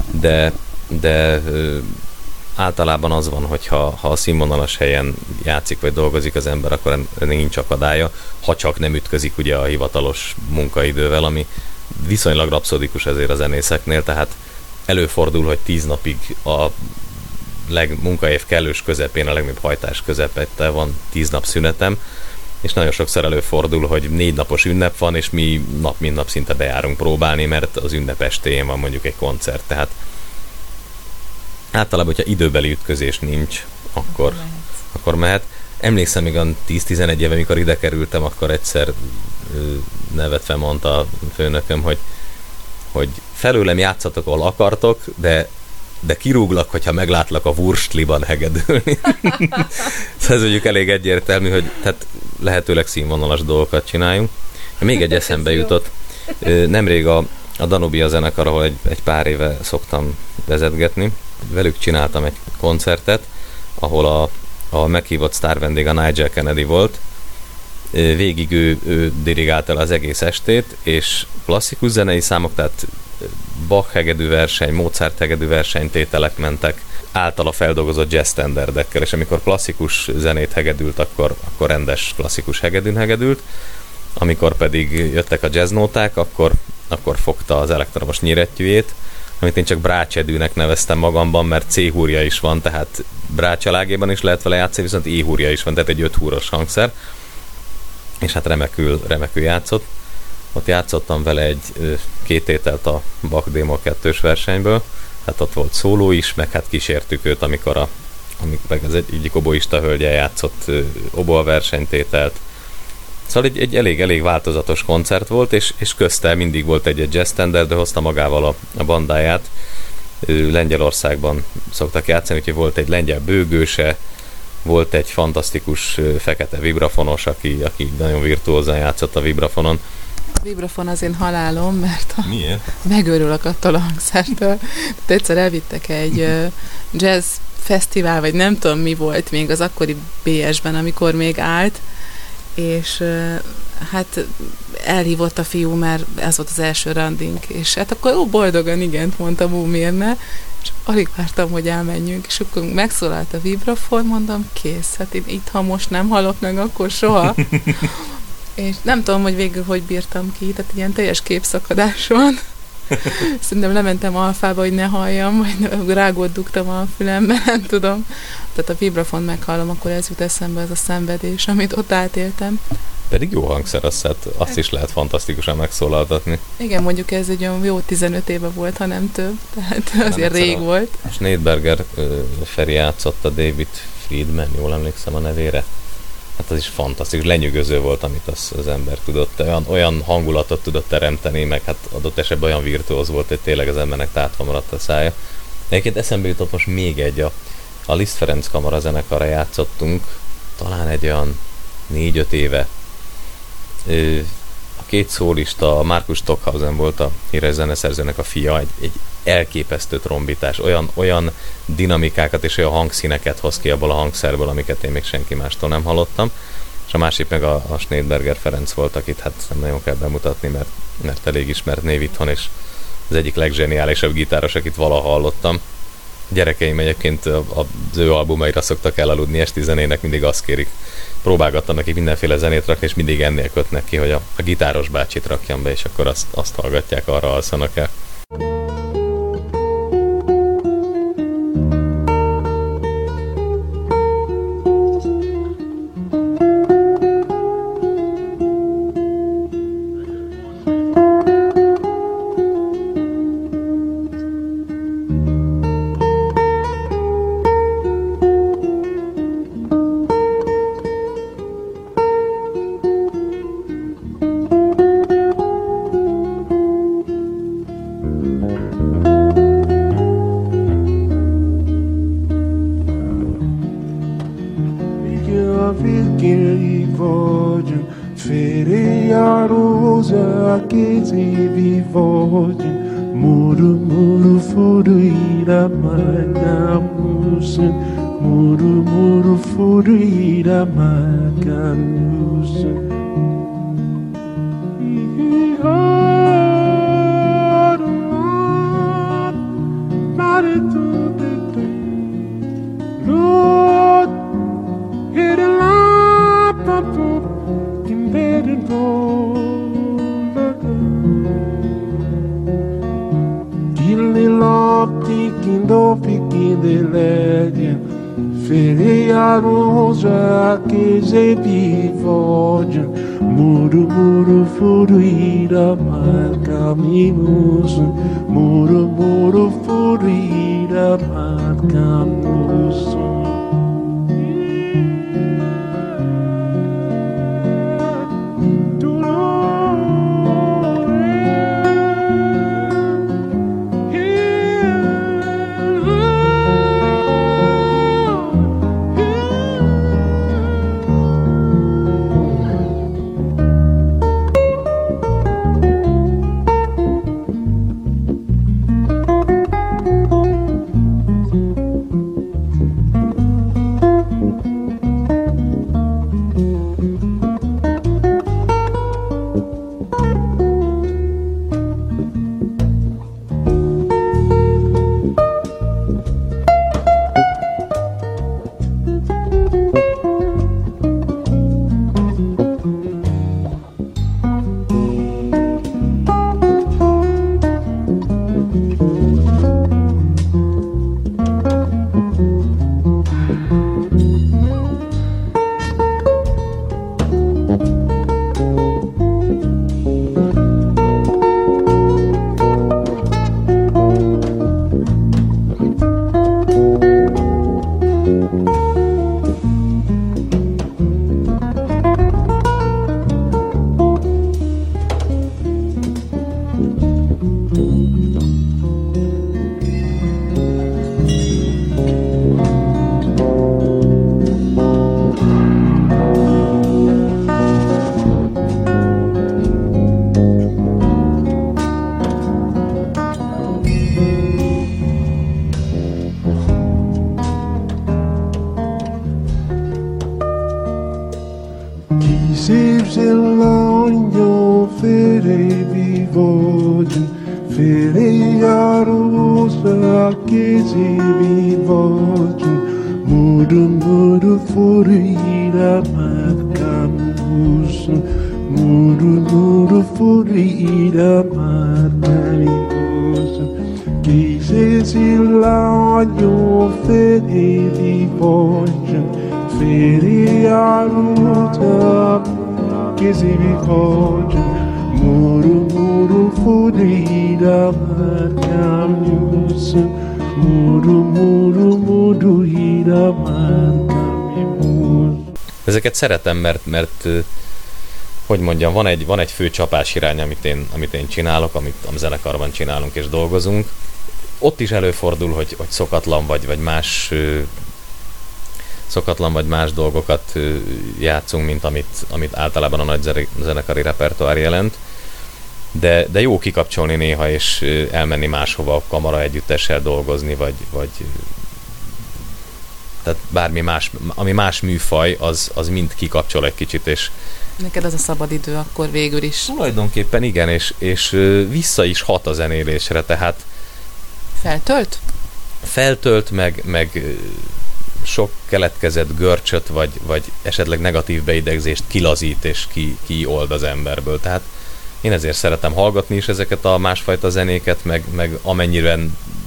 de általában az van, hogy ha a színvonalas helyen játszik vagy dolgozik az ember, akkor nincs akadálya, ha csak nem ütközik ugye a hivatalos munkaidővel, ami viszonylag rapszodikus ezért a zenészeknél, tehát előfordul, hogy 10 napig a munkaév kellős közepén, a legnagyobb hajtás közepette van 10 nap szünetem, és nagyon sokszor előfordul, hogy 4 napos ünnep van, és mi nap mint nap szinte bejárunk próbálni, mert az ünnep estéjén van mondjuk egy koncert. Tehát általában, hogyha időbeli ütközés nincs, akkor mehet. Emlékszem, még a 10-11 éve, amikor ide kerültem, akkor egyszer nevetve mondta a főnököm, hogy felőlem játszatok, ahol akartok, de kirúglak, hogyha meglátlak a Wurstliban hegedülni. Szóval ez mondjuk elég egyértelmű, hogy tehát lehetőleg színvonalas dolgokat csináljunk. Még egy eszembe jutott. Nemrég a Danubia zenekar, ahol egy pár éve szoktam vezetgetni, velük csináltam egy koncertet, ahol a meghívott sztárvendég a Nigel Kennedy volt. Végig ő dirigált el az egész estét, és klasszikus zenei számok, tehát Bach hegedűverseny, Mozart hegedűversenytételek mentek általa feldolgozott jazz standardekkel, és amikor klasszikus zenét hegedült, akkor rendes klasszikus hegedűn hegedült, amikor pedig jöttek a jazznóták, akkor fogta az elektromos nyirettyűjét, amit én csak brácsedűnek neveztem magamban, mert C-húrja is van, tehát brácsalágében is lehet vele játszani, viszont E-húrja is van, tehát egy 5 húros hangszer, és hát remekül játszott. Ott játszottam vele egy 2 tételt a Bach Démol 2-s versenyből, hát ott volt szóló is, meg hát kísértük őt, amikor meg az egyik oboista hölgye játszott oboa versenytételt. Szóval egy elég változatos koncert volt, és közte mindig volt egy jazz standard, de hozta magával a bandáját. Lengyelországban szoktak játszani, úgyhogy volt egy lengyel bőgőse, volt egy fantasztikus fekete vibrafonos, aki nagyon virtuózan játszott a vibrafonon. A vibrafon az én halálom, mert miért? megőrülök attól a hangszertől. Tehát egyszer elvittek egy jazz fesztivál, vagy nem tudom mi volt még az akkori BS-ben, amikor még állt, és hát elhívott a fiú, mert ez volt az első randink, és hát akkor boldogan igent mondtam, miért ne, és alig vártam, hogy elmenjünk, és akkor megszólalt a vibrafon, mondom, kész, hát én itt, ha most nem halok meg, akkor soha. És nem tudom, hogy végül hogy bírtam ki, tehát ilyen teljes képszakadás van. Szerintem lementem alfába, hogy ne halljam, vagy rágót dugtam a fülembe, nem tudom. Tehát a vibrafon meghallom, akkor ez jut eszembe, ez a szenvedés, amit ott átéltem. Pedig jó hangszer, azt is lehet fantasztikusan megszólaltatni. Igen, mondjuk ez egy olyan jó 15 éve volt, ha nem több, tehát azért rég volt. Schneidberger Feri játszotta, David Friedman, jól emlékszem a nevére. Hát az is fantasztikus, lenyűgöző volt, amit az ember tudott, olyan hangulatot tudott teremteni, meg hát adott esetben olyan virtuóz volt, hogy tényleg az embernek tátva maradt a szája. Egyébként eszembe jutott most még egy, a Liszt Ferenc Kamara zenekarra játszottunk, talán egy olyan 4-5 éve. A két szólista, Markus Stockhausen volt a híres zeneszerzőnek a fia, egy elképesztő trombitás, olyan dinamikákat és olyan hangszíneket hoz ki abból a hangszerből, amiket én még senki mástól nem hallottam. És a másik meg a Schneidberger Ferenc volt, akit hát nem nagyon kell bemutatni, mert elég ismert név itthon, és az egyik legzseniálisabb gitáros, akit valaha hallottam. Gyerekeim egyébként az ő albumaira szoktak elaludni, esti zenének mindig azt kérik. Próbálgattam neki mindenféle zenét rakni, és mindig ennél kötnek ki, hogy a gitáros bácsit rakjam be, és akkor azt hallgatják, arra alszanak el. Feria rosa che si vivoce, mudu mudu furira marcamus, mudu mudu furira marcamus, che se si lagno fede vivoce, feria rosa che si vivoce, mudu mudu furira marcamus, mudu mudu mudu hira marcamus. Ezeket szeretem, mert hogy mondjam, van egy fő csapás irány, amit én csinálok, amit a zenekarban csinálunk és dolgozunk. Ott is előfordul, hogy szokatlan vagy más dolgokat játszunk, mint amit általában a nagy zenekari repertoár jelent. De jó kikapcsolni néha, és elmenni máshova, kamara együttessel dolgozni, vagy tehát bármi más, ami más műfaj, az mind kikapcsol egy kicsit, és neked az a szabad idő akkor végül is. Tulajdonképpen igen, és vissza is hat a zenélésre, tehát feltölt, meg sok keletkezett görcsöt, vagy esetleg negatív beidegzést kilazít, és kiold az emberből. Tehát én ezért szeretem hallgatni is ezeket a másfajta zenéket, meg amennyire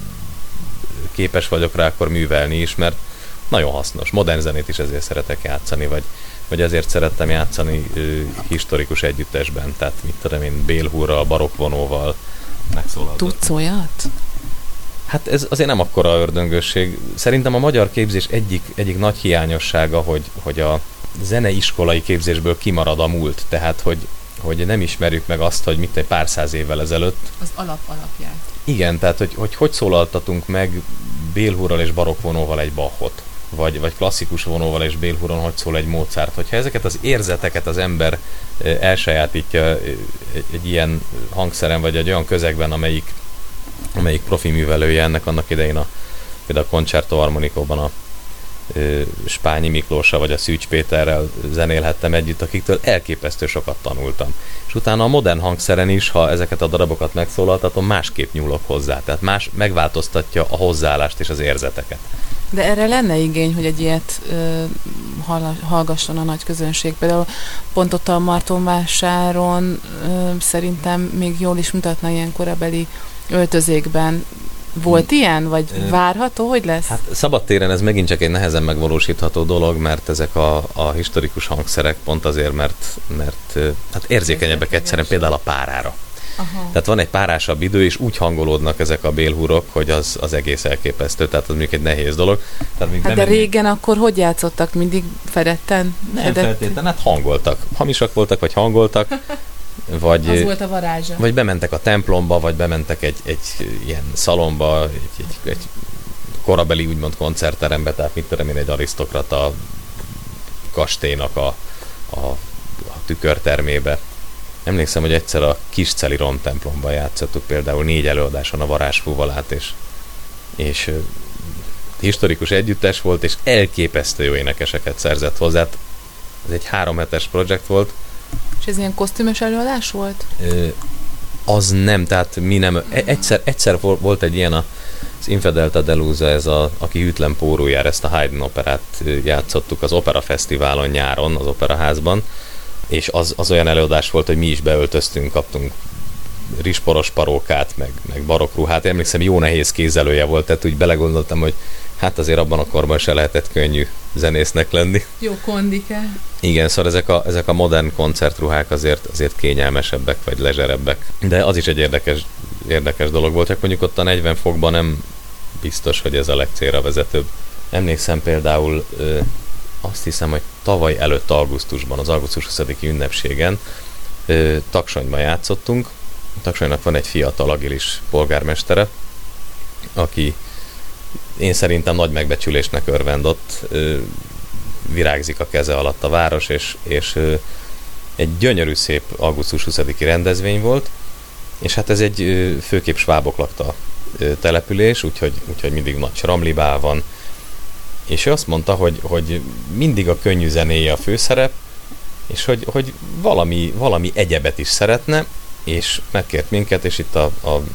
képes vagyok rá, akkor művelni is, mert nagyon hasznos. Modern zenét is ezért szeretek játszani, vagy ezért szerettem játszani historikus együttesben, tehát mit tudom én, bélhúrral, barokkvonóval megszólaltatni. Tudsz olyat? Hát ez azért nem akkora ördöngösség. Szerintem a magyar képzés egyik nagy hiányossága, hogy a zeneiskolai képzésből kimarad a múlt, tehát hogy nem ismerjük meg azt, hogy mit egy pár száz évvel ezelőtt. Az alapját. Igen, tehát hogy szólaltatunk meg bélhúrral és barokkvonóval egy Bachot, vagy klasszikus vonóval és bélhúron hogy szól egy Mozart. Hogyha ezeket az érzeteket az ember elsajátítja egy ilyen hangszeren, vagy egy olyan közegben, amelyik profi művelője ennek, annak idején például a Concerto Armonicóban a Spányi Miklóssal vagy a Szűcs Péterrel zenélhettem együtt, akiktől elképesztő sokat tanultam. És utána a modern hangszeren is, ha ezeket a darabokat megszólaltatom, másképp nyúlok hozzá. Tehát megváltoztatja a hozzáállást és az érzeteket. De erre lenne igény, hogy egy ilyet hallgasson a nagy közönség. Például pont ott a Martonvásáron szerintem még jól is mutatna ilyen korabeli öltözékben. Volt ilyen? Vagy várható? Hogy lesz? Hát szabadtéren ez megint csak egy nehezen megvalósítható dolog, mert ezek a historikus hangszerek pont azért, mert hát érzékenyebbek egyszerűen például a párára. Aha. Tehát van egy párásabb idő, és úgy hangolódnak ezek a bélhúrok, hogy az egész elképesztő, tehát az mondjuk egy nehéz dolog. Tehát hát de régen akkor hogy játszottak? Mindig fedetten? Nem feltétlenül, hát hangoltak. Hamisak voltak, vagy hangoltak. Vagy, az volt a varázsa. Vagy bementek a templomba, vagy bementek egy ilyen szalomba, egy korabeli úgymond koncertterembe, tehát mit tudom én, egy arisztokrata kastélynak a tükörtermébe. Emlékszem, hogy egyszer a Kisceli Rom templomban játszottuk például 4 előadáson a Varázsfúvalát, és historikus együttes volt, és elképesztő jó énekeseket szerzett hozzá. Ez egy 3 hetes projekt volt. És ez ilyen kosztümös előadás volt? Az nem, tehát mi nem. Egyszer volt egy ilyen az Infidelta Delusa, ez aki hűtlen póró jár, ezt a Haydn operát játszottuk az Opera Fesztiválon nyáron, az Operaházban, és az olyan előadás volt, hogy mi is beöltöztünk, kaptunk rizsporos parókát, meg barokkruhát. Emlékszem, jó nehéz kézzelője volt, tehát úgy belegondoltam, hogy hát azért abban a korban se lehetett könnyű zenésznek lenni. Jó kondike. Igen, szóval ezek a modern koncertruhák azért kényelmesebbek, vagy lezserebbek. De az is egy érdekes dolog volt, csak mondjuk ott a 40 fokban nem biztos, hogy ez a legcélra vezetőbb. Emlékszem például, azt hiszem, hogy tavaly előtt augusztusban, az augusztus 20-i ünnepségen Taksonyban játszottunk. Taksonynak van egy fiatal, agilis polgármestere, aki én szerintem nagy megbecsülésnek örvendott, virágzik a keze alatt a város, és egy gyönyörű szép augusztus 20-i rendezvény volt, és hát ez egy főképp svábok lakta település, úgyhogy mindig nagy sramlibál van, és ő azt mondta, hogy mindig a könnyű zenéje a főszerep, és hogy valami egyebet is szeretne, és megkért minket, és itt a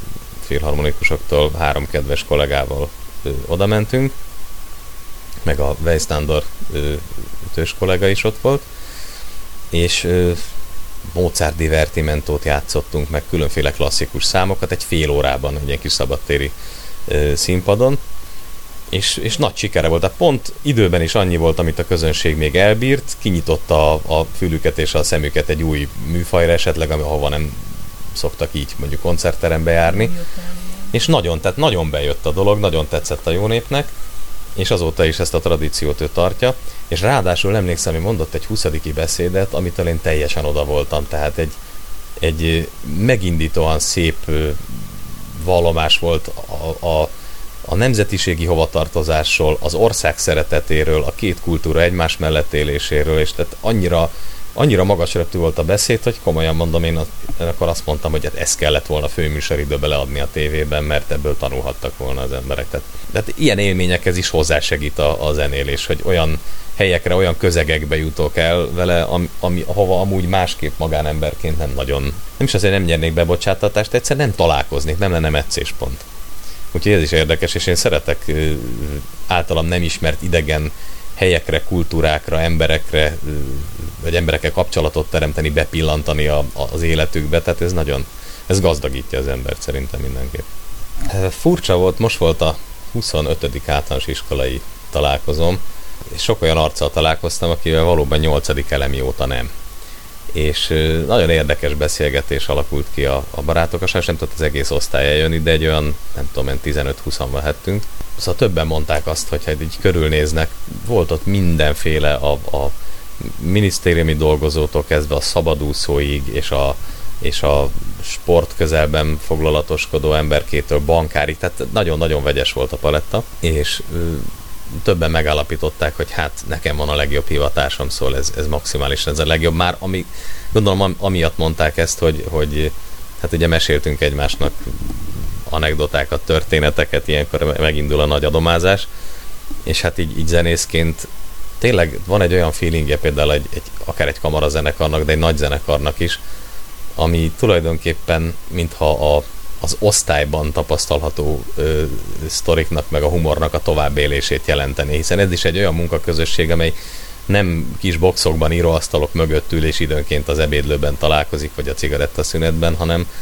filharmonikusoktól 3 kedves kollégával oda mentünk, meg a Weistándor ütős kollega is ott volt, és Mozart divertimentót játszottunk, meg különféle klasszikus számokat egy fél órában, egy ilyen kis szabadtéri színpadon, és nagy sikere volt. Tehát pont időben is annyi volt, amit a közönség még elbírt, kinyitotta a fülüket és a szemüket egy új műfajra esetleg, ahova nem szoktak így mondjuk koncertterembe járni. És tehát nagyon bejött a dolog, nagyon tetszett a jó népnek, és azóta is ezt a tradíciót ő tartja, és ráadásul emlékszem, hogy mondott egy 20. beszédet, amitől én teljesen oda voltam, tehát egy megindítóan szép vallomás volt a nemzetiségi hovatartozásról, az ország szeretetéről, a két kultúra egymás mellett éléséről, és tehát annyira magas röptű volt a beszéd, hogy komolyan mondom, én akkor azt mondtam, hogy hát ezt kellett volna főműsoridőbe leadni a tévében, mert ebből tanulhattak volna az emberek. Tehát ilyen élményekhez is hozzásegít a zenélés, hogy olyan helyekre, olyan közegekbe jutok el vele, ahova amúgy másképp magánemberként nem is azért nem nyernék bebocsátatást, egyszer nem találkoznék, nem lenne meccéspont. Úgyhogy ez is érdekes, és én szeretek általam nem ismert idegen helyekre, kultúrákra, emberekre, vagy emberekkel kapcsolatot teremteni, bepillantani az életükbe, tehát ez gazdagítja az embert szerintem mindenképp. Furcsa volt, most volt a 25. általános iskolai találkozom, és sok olyan arccal találkoztam, akivel valóban 8. elemi óta nem. És nagyon érdekes beszélgetés alakult ki a barátokkal, sajnos nem tudott az egész osztály eljönni, de egy olyan, nem tudom, 15-20-an lehettünk. Szóval többen mondták azt, hogy hát így körülnéznek, volt ott mindenféle a minisztériumi dolgozótól kezdve a szabadúszóig, és a sport közelben foglalatoskodó emberkétől bankárig, tehát nagyon-nagyon vegyes volt a paletta, és többen megállapították, hogy hát nekem van a legjobb hivatásom, szóval ez maximálisan ez a legjobb. Már gondolom amiatt mondták ezt, hogy hát ugye meséltünk egymásnak anekdotákat, történeteket, ilyenkor megindul a nagy adomázás, és hát így zenészként tényleg van egy olyan feelingje például akár egy kamarazenekarnak, de egy nagy zenekarnak is, ami tulajdonképpen mintha az osztályban tapasztalható sztoriknak, meg a humornak a továbbélését jelenteni, hiszen ez is egy olyan munkaközösség, amely nem kis boxokban, íróasztalok mögött ül és időnként az ebédlőben találkozik, vagy a cigarettaszünetben,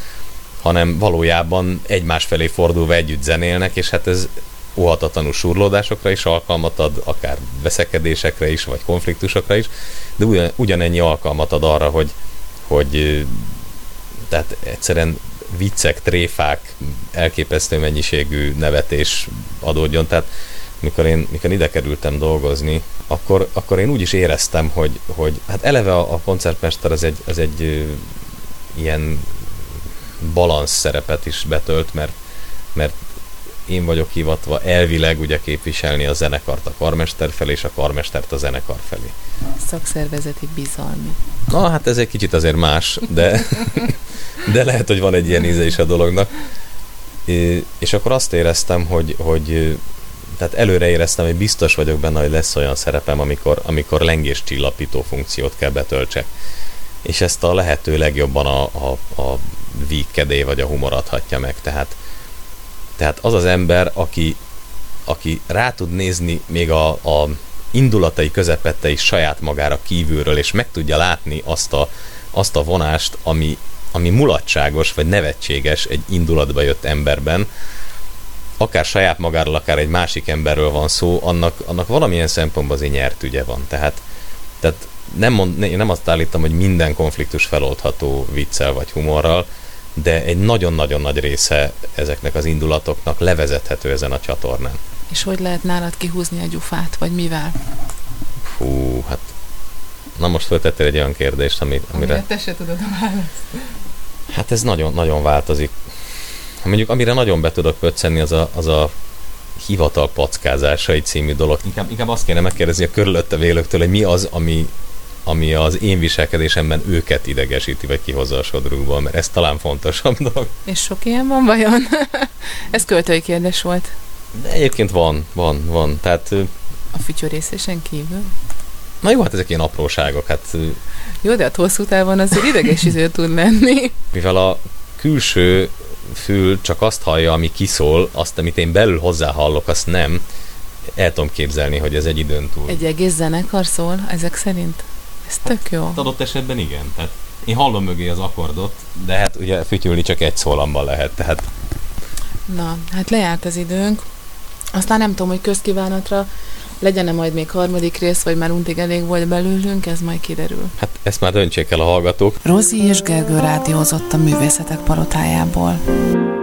hanem valójában egymás felé fordulva együtt zenélnek, és hát ez óhatatlanul surlódásokra is alkalmat ad, akár veszekedésekre is, vagy konfliktusokra is, de ugyanennyi alkalmat ad arra, hogy tehát egyszerűen viccek, tréfák, elképesztő mennyiségű nevetés adódjon. Tehát mikor én ide kerültem dolgozni, akkor én úgy is éreztem, hogy hát eleve a koncertmester az egy ilyen balansz szerepet is betölt, mert én vagyok hivatva elvileg ugye képviselni a zenekart a karmester felé, és a karmestert a zenekar felé. Szakszervezeti bizalmi. Na, hát ez egy kicsit azért más, de lehet, hogy van egy ilyen íze is a dolognak. És akkor azt éreztem, hogy tehát előre éreztem, hogy biztos vagyok benne, hogy lesz olyan szerepem, amikor lengéscsillapító funkciót kell betöltsek. És ezt a lehető legjobban a vígkedély vagy a humor adhatja meg. Tehát az az ember, aki rá tud nézni még a indulatai közepette is saját magára kívülről, és meg tudja látni azt a vonást, ami mulatságos vagy nevetséges egy indulatba jött emberben, akár saját magáról, akár egy másik emberről van szó, annak valamilyen szempontból azért nyert ügye van. Tehát én nem azt állítom, hogy minden konfliktus feloldható viccel vagy humorral, de egy nagyon-nagyon nagy része ezeknek az indulatoknak levezethető ezen a csatornán. És hogy lehet nálad kihúzni a gyufát, vagy mivel? Fú, hát na most föltettél egy olyan kérdést, amire te se tudod a választ. Hát ez nagyon-nagyon változik. Mondjuk amire nagyon be tudok pöccenni, az a hivatal packázásai című dolog. Inkább azt kéne megkérdezni a körülötte vélőktől, hogy mi az, ami az én viselkedésemben őket idegesíti, vagy kihozza a sodrukból, mert ez talán fontosabb dolog. És sok ilyen van vajon? Ez költői kérdés volt. De egyébként van. Tehát, a fütyörészésen kívül? Na jó, hát ezek ilyen apróságok. Hát, jó, de a hosszú távon azért idegesítő tud lenni. Mivel a külső fül csak azt hallja, ami kiszól, azt, amit én belül hozzáhallok, azt nem. El tudom képzelni, hogy ez egy időn túl. Egy egész zenekar szól ezek szerint? Ez tök jó. Hát adott esetben igen. Tehát én hallom mögé az akkordot, de hát ugye fütyülni csak egy szólamban lehet, tehát... Na, hát lejárt az időnk. Aztán nem tudom, hogy közkívánatra legyen-e majd még harmadik rész, vagy már untig elég volt belőlünk, ez majd kiderül. Hát ezt már döntsék el a hallgatók. Rozi és Gergő rádiózott a Művészetek Palotájából.